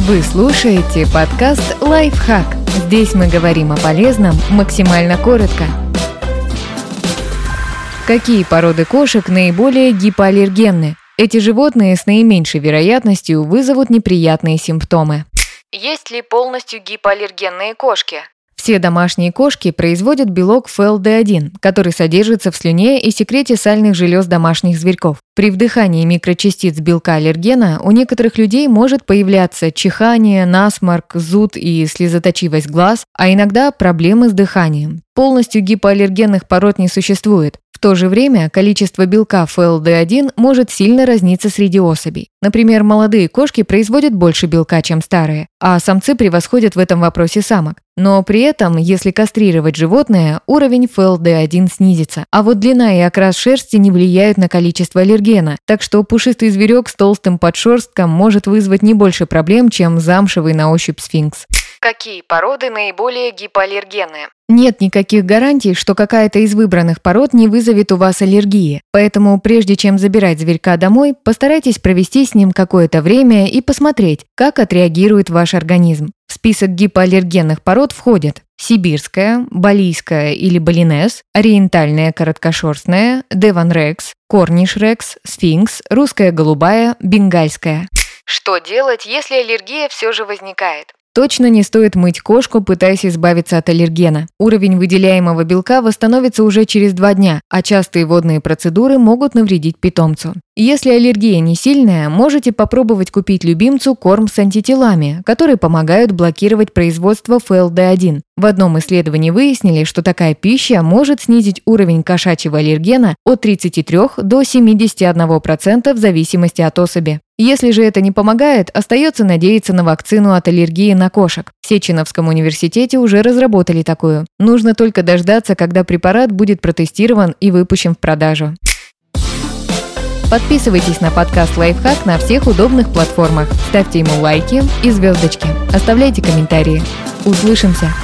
Вы слушаете подкаст «Лайфхак». Здесь мы говорим о полезном максимально коротко. Какие породы кошек наиболее гипоаллергенны? Эти животные с наименьшей вероятностью вызовут неприятные симптомы. Есть ли полностью гипоаллергенные кошки? Все домашние кошки производят белок ФЛД1, который содержится в слюне и секрете сальных желез домашних зверьков. При вдыхании микрочастиц белка аллергена у некоторых людей может появляться чихание, насморк, зуд и слезоточивость глаз, а иногда проблемы с дыханием. Полностью гипоаллергенных пород не существует. В то же время количество белка ФЛД1 может сильно разниться среди особей. Например, молодые кошки производят больше белка, чем старые, а самцы превосходят в этом вопросе самок. Но при этом, если кастрировать животное, уровень ФЛД1 снизится. А вот длина и окрас шерсти не влияют на количество аллергена, так что пушистый зверек с толстым подшерстком может вызвать не больше проблем, чем замшевый на ощупь сфинкс. Какие породы наиболее гипоаллергенные? Нет никаких гарантий, что какая-то из выбранных пород не вызовет у вас аллергии. Поэтому прежде чем забирать зверька домой, постарайтесь провести с ним какое-то время и посмотреть, как отреагирует ваш организм. В список гипоаллергенных пород входят сибирская, балийская или балинез, ориентальная короткошерстная, девон-рекс, корниш-рекс, сфинкс, русская голубая, бенгальская. Что делать, если аллергия все же возникает? Точно не стоит мыть кошку, пытаясь избавиться от аллергена. Уровень выделяемого белка восстановится уже через 2 дня, а частые водные процедуры могут навредить питомцу. Если аллергия не сильная, можете попробовать купить любимцу корм с антителами, которые помогают блокировать производство ФЛД1. В одном исследовании выяснили, что такая пища может снизить уровень кошачьего аллергена от 33 до 71% в зависимости от особи. Если же это не помогает, остается надеяться на вакцину от аллергии на кошек. В Сеченовском университете уже разработали такую. Нужно только дождаться, когда препарат будет протестирован и выпущен в продажу. Подписывайтесь на подкаст «Лайфхак» на всех удобных платформах. Ставьте ему лайки и звездочки. Оставляйте комментарии. Услышимся!